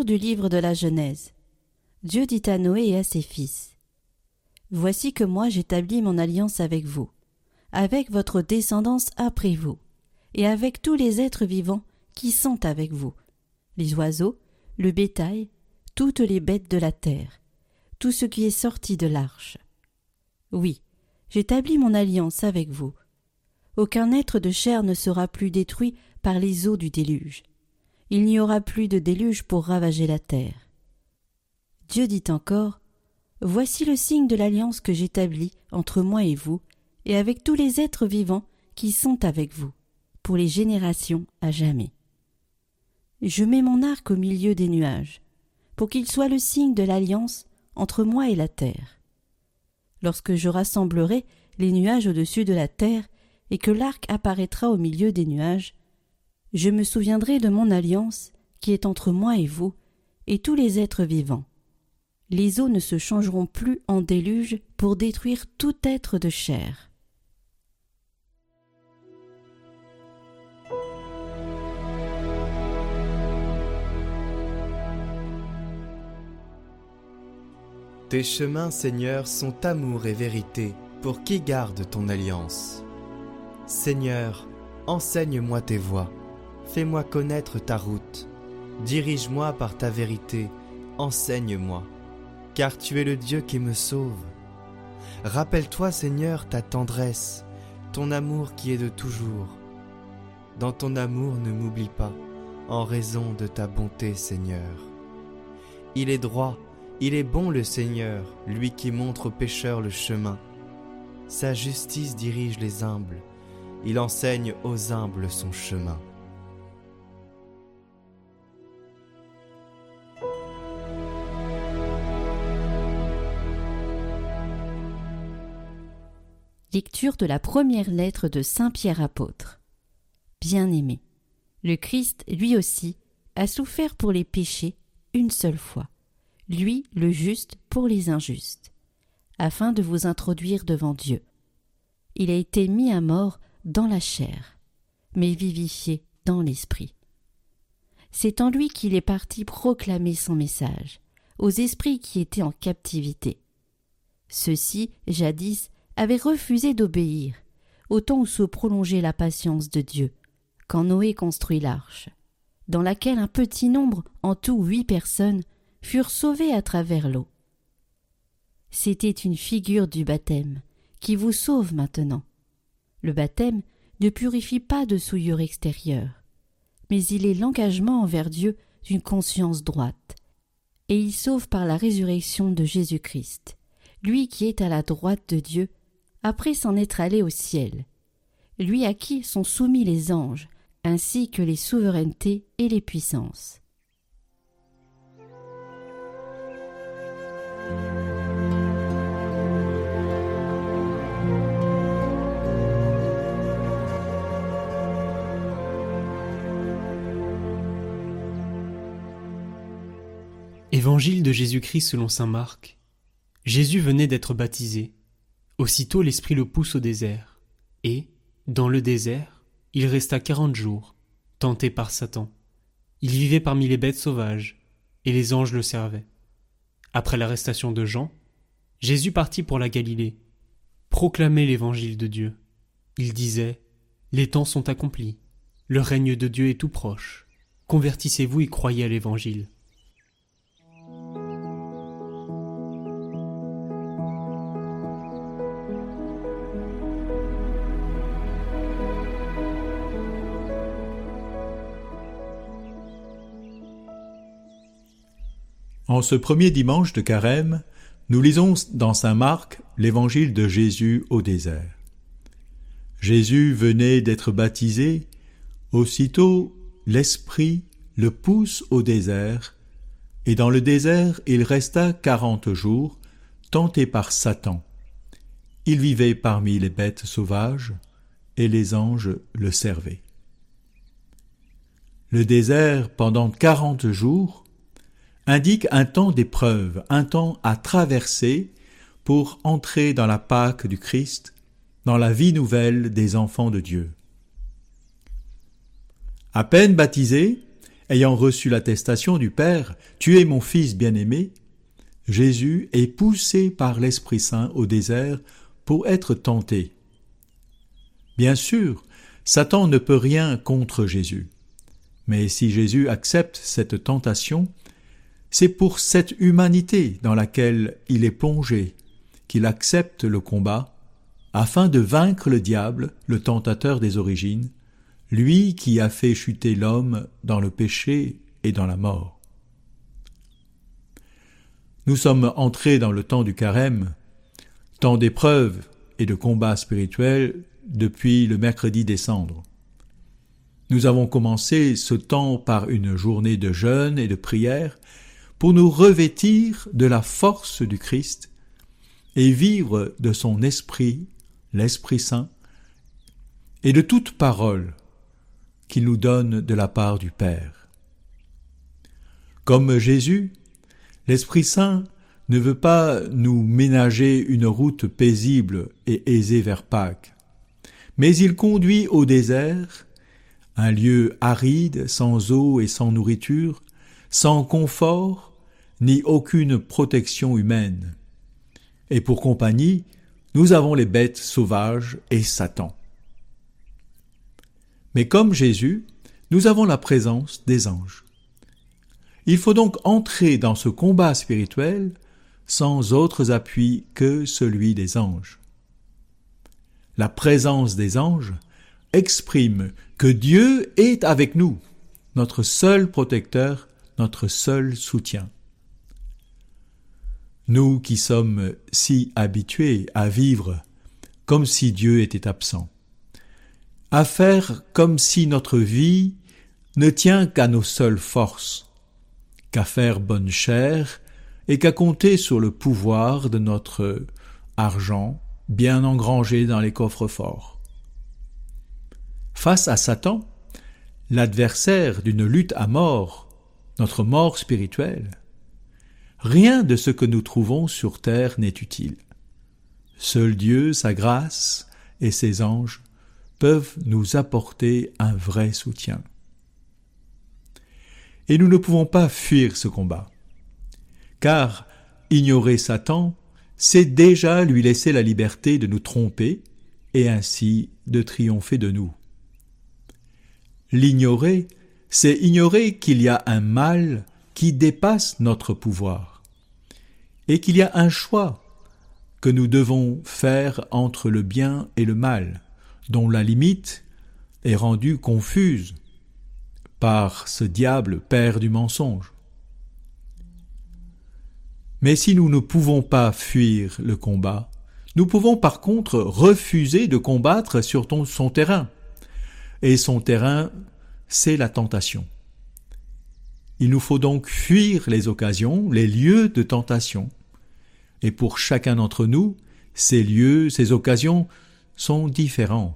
Lecture du livre de la Genèse. Dieu dit à Noé et à ses fils : Voici que moi j'établis mon alliance avec vous, avec votre descendance après vous, et avec tous les êtres vivants qui sont avec vous, les oiseaux, le bétail, toutes les bêtes de la terre, tout ce qui est sorti de l'arche. Oui, j'établis mon alliance avec vous. Aucun être de chair ne sera plus détruit par les eaux du déluge. Il n'y aura plus de déluge pour ravager la terre. Dieu dit encore : Voici le signe de l'alliance que j'établis entre moi et vous, et avec tous les êtres vivants qui sont avec vous, pour les générations à jamais. Je mets mon arc au milieu des nuages, pour qu'il soit le signe de l'alliance entre moi et la terre. Lorsque je rassemblerai les nuages au-dessus de la terre, et que l'arc apparaîtra au milieu des nuages, je me souviendrai de mon alliance qui est entre moi et vous, et tous les êtres vivants. Les eaux ne se changeront plus en déluge pour détruire tout être de chair. Tes chemins, Seigneur, sont amour et vérité pour qui garde ton alliance. Seigneur, enseigne-moi tes voies, fais-moi connaître ta route, dirige-moi par ta vérité, enseigne-moi, car tu es le Dieu qui me sauve. Rappelle-toi, Seigneur, ta tendresse, ton amour qui est de toujours. Dans ton amour, ne m'oublie pas, en raison de ta bonté, Seigneur. Il est droit, il est bon le Seigneur, lui qui montre aux pécheurs le chemin. Sa justice dirige les humbles, il enseigne aux humbles son chemin. Lecture de la première lettre de Saint Pierre apôtre. Bien-aimé, le Christ, lui aussi, a souffert pour les péchés une seule fois, lui le juste pour les injustes, afin de vous introduire devant Dieu. Il a été mis à mort dans la chair, mais vivifié dans l'esprit. C'est en lui qu'il est parti proclamer son message aux esprits qui étaient en captivité. Ceux-ci, jadis, avaient refusé d'obéir, au temps où se prolongeait la patience de Dieu, quand Noé construit l'arche, dans laquelle un petit nombre, en tout 8 personnes, furent sauvées à travers l'eau. C'était une figure du baptême, qui vous sauve maintenant. Le baptême ne purifie pas de souillure extérieure, mais il est l'engagement envers Dieu d'une conscience droite, et il sauve par la résurrection de Jésus-Christ, lui qui est à la droite de Dieu, après s'en être allé au ciel, lui à qui sont soumis les anges, ainsi que les souverainetés et les puissances. Évangile de Jésus-Christ selon saint Marc. Jésus venait d'être baptisé. Aussitôt l'Esprit le pousse au désert. Et, dans le désert, il resta 40 jours, tenté par Satan. Il vivait parmi les bêtes sauvages, et les anges le servaient. Après l'arrestation de Jean, Jésus partit pour la Galilée, proclamait l'évangile de Dieu. Il disait : les temps sont accomplis, le règne de Dieu est tout proche. Convertissez-vous et croyez à l'évangile. En ce premier dimanche de Carême, nous lisons dans saint Marc l'évangile de Jésus au désert. Jésus venait d'être baptisé, aussitôt l'Esprit le pousse au désert, et dans le désert il resta 40 jours, tenté par Satan. Il vivait parmi les bêtes sauvages, et les anges le servaient. Le désert, pendant 40 jours, indique un temps d'épreuve, un temps à traverser pour entrer dans la Pâque du Christ, dans la vie nouvelle des enfants de Dieu. À peine baptisée, Ayant reçu l'attestation du Père, « Tu es mon Fils bien-aimé », Jésus est poussé par l'Esprit Saint au désert pour être tenté. Bien sûr, Satan ne peut rien contre Jésus. Mais si Jésus accepte cette tentation, c'est pour cette humanité dans laquelle il est plongé qu'il accepte le combat, afin de vaincre le diable, le tentateur des origines, lui qui a fait chuter l'homme dans le péché et dans la mort. Nous sommes entrés dans le temps du carême, temps d'épreuves et de combats spirituels depuis le mercredi des cendres. Nous avons commencé ce temps par une journée de jeûne et de prière pour nous revêtir de la force du Christ et vivre de son esprit, l'Esprit Saint, et de toute parole qu'il nous donne de la part du Père. Comme Jésus, l'Esprit Saint ne veut pas nous ménager une route paisible et aisée vers Pâques, mais il conduit au désert, un lieu aride, sans eau et sans nourriture, sans confort, ni aucune protection humaine. Et pour compagnie, nous avons les bêtes sauvages et Satan. Mais comme Jésus, nous avons la présence des anges. Il faut donc entrer dans ce combat spirituel sans autres appuis que celui des anges. La présence des anges exprime que Dieu est avec nous, notre seul protecteur, notre seul soutien. Nous qui sommes si habitués à vivre comme si Dieu était absent, à faire comme si notre vie ne tient qu'à nos seules forces, qu'à faire bonne chère et qu'à compter sur le pouvoir de notre argent bien engrangé dans les coffres forts. Face à Satan, l'adversaire d'une lutte à mort, notre mort spirituelle, rien de ce que nous trouvons sur terre n'est utile. Seul Dieu, sa grâce et ses anges peuvent nous apporter un vrai soutien. Et nous ne pouvons pas fuir ce combat, car ignorer Satan, c'est déjà lui laisser la liberté de nous tromper et ainsi de triompher de nous. L'ignorer, c'est ignorer qu'il y a un mal qui dépasse notre pouvoir et qu'il y a un choix que nous devons faire entre le bien et le mal, dont la limite est rendue confuse par ce diable père du mensonge. Mais si nous ne pouvons pas fuir le combat, nous pouvons par contre refuser de combattre sur son terrain. Et son terrain, c'est la tentation. Il nous faut donc fuir les occasions, les lieux de tentation. Et pour chacun d'entre nous, ces lieux, ces occasions sont différentes.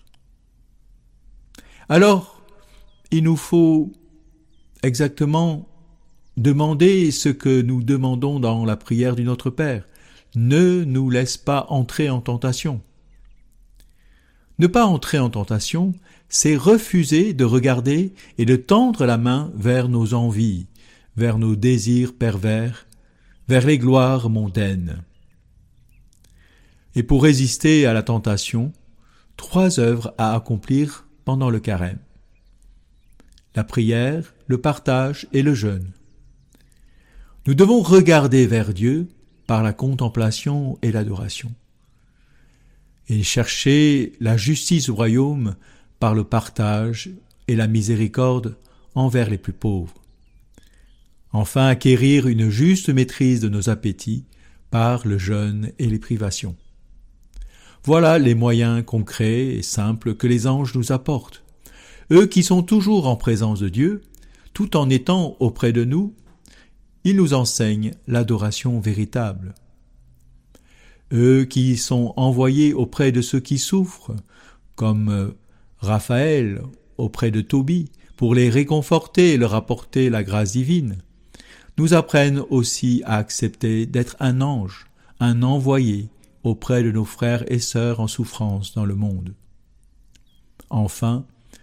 Alors, il nous faut exactement demander ce que nous demandons dans la prière du Notre Père. Ne nous laisse pas entrer en tentation. Ne pas entrer en tentation, c'est refuser de regarder et de tendre la main vers nos envies, vers nos désirs pervers, vers les gloires mondaines. Et pour résister à la tentation, 3 œuvres à accomplir pendant le carême: la prière, le partage et le jeûne. Nous devons regarder vers Dieu par la contemplation et l'adoration, et chercher la justice au royaume par le partage et la miséricorde envers les plus pauvres. Enfin, acquérir une juste maîtrise de nos appétits par le jeûne et les privations. Voilà les moyens concrets et simples que les anges nous apportent. Eux qui sont toujours en présence de Dieu, tout en étant auprès de nous, ils nous enseignent l'adoration véritable. Eux qui sont envoyés auprès de ceux qui souffrent, comme Raphaël auprès de Tobie, pour les réconforter et leur apporter la grâce divine, nous apprennent aussi à accepter d'être un ange, un envoyé auprès de nos frères et sœurs en souffrance dans le monde. Enfin,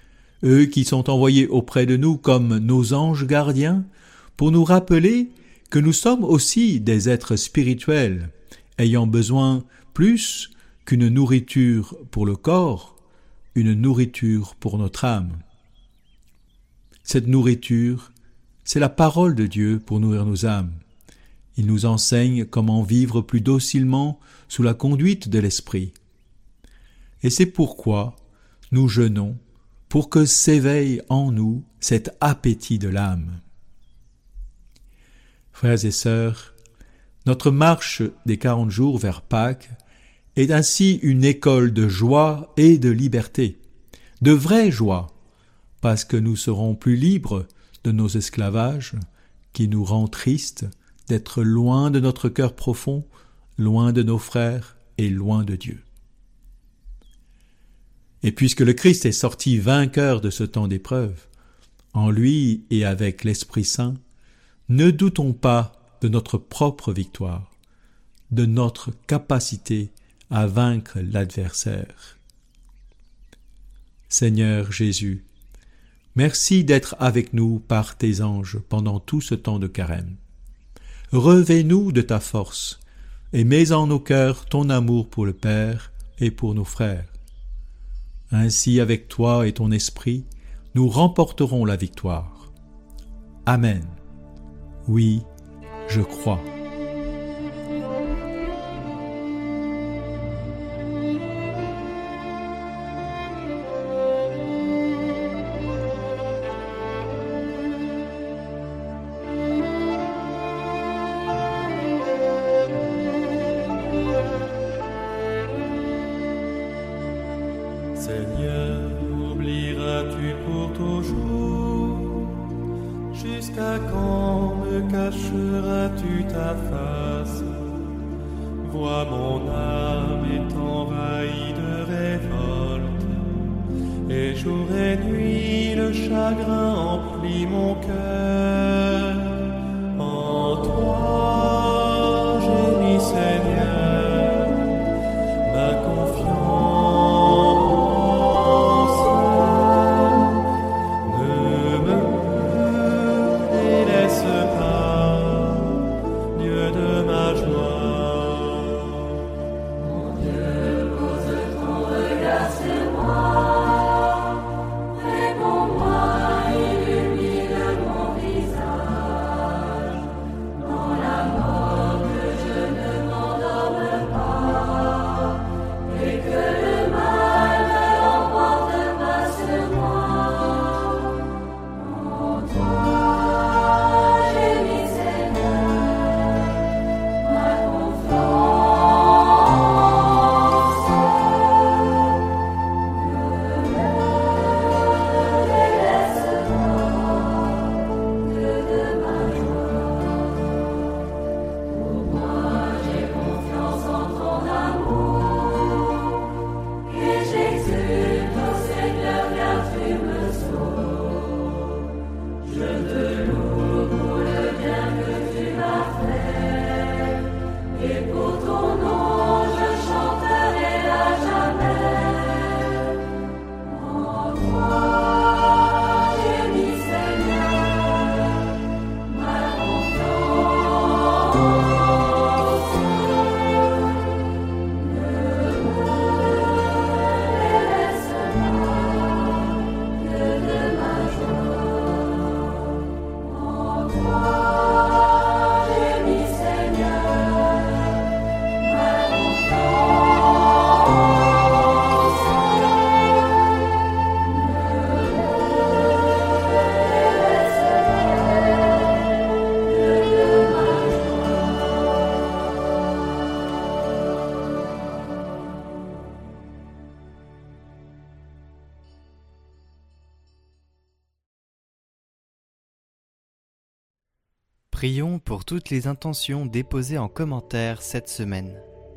eux qui sont envoyés auprès de nous comme nos anges gardiens, pour nous rappeler que nous sommes aussi des êtres spirituels, ayant besoin plus qu'une nourriture pour le corps, une nourriture pour notre âme. Cette nourriture, c'est la parole de Dieu pour nourrir nos âmes. Il nous enseigne comment vivre plus docilement sous la conduite de l'Esprit. Et c'est pourquoi nous jeûnons, pour que s'éveille en nous cet appétit de l'âme. Frères et sœurs, notre marche des 40 jours vers Pâques est ainsi une école de joie et de liberté, de vraie joie, parce que nous serons plus libres de nos esclavages, qui nous rend tristes d'être loin de notre cœur profond, loin de nos frères et loin de Dieu. Et puisque le Christ est sorti vainqueur de ce temps d'épreuve, en lui et avec l'Esprit Saint, ne doutons pas de notre propre victoire, de notre capacité à vaincre l'adversaire. Seigneur Jésus, merci d'être avec nous par tes anges pendant tout ce temps de carême. Revêt-nous de ta force et mets en nos cœurs ton amour pour le Père et pour nos frères. Ainsi, avec toi et ton esprit, nous remporterons la victoire. Amen. Oui, je crois. Seigneur, oublieras-tu pour toujours? Jusqu'à quand me cacheras-tu ta face? Vois mon âme est envahie de révolte, et jour et nuit le chagrin emplit mon cœur. En toi j'ai mis, Seigneur, ma confiance. Prions pour toutes les intentions déposées en commentaire cette semaine.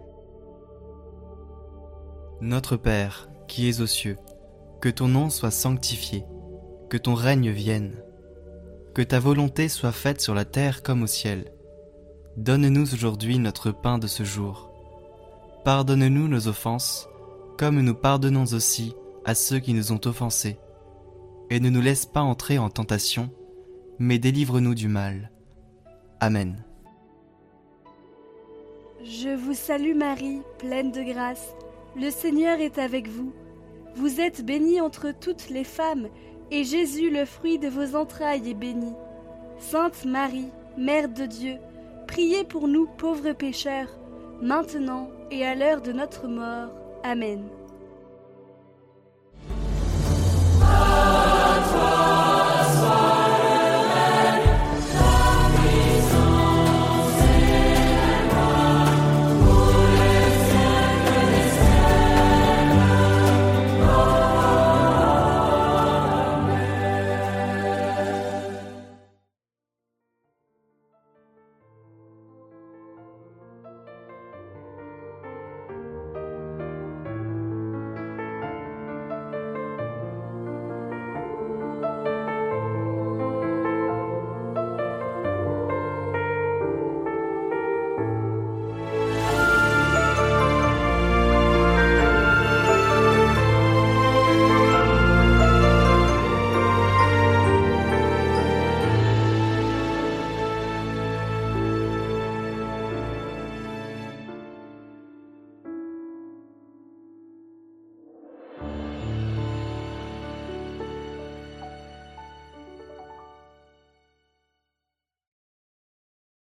Notre Père, qui es aux cieux, que ton nom soit sanctifié, que ton règne vienne, que ta volonté soit faite sur la terre comme au ciel. Donne-nous aujourd'hui notre pain de ce jour. Pardonne-nous nos offenses, comme nous pardonnons aussi à ceux qui nous ont offensés. et ne nous laisse pas entrer en tentation, mais délivre-nous du mal. Amen. Je vous salue Marie, pleine de grâce. Le Seigneur est avec vous. Vous êtes bénie entre toutes les femmes, et Jésus, le fruit de vos entrailles, est béni. Sainte Marie, Mère de Dieu, priez pour nous pauvres pécheurs, maintenant et à l'heure de notre mort. Amen.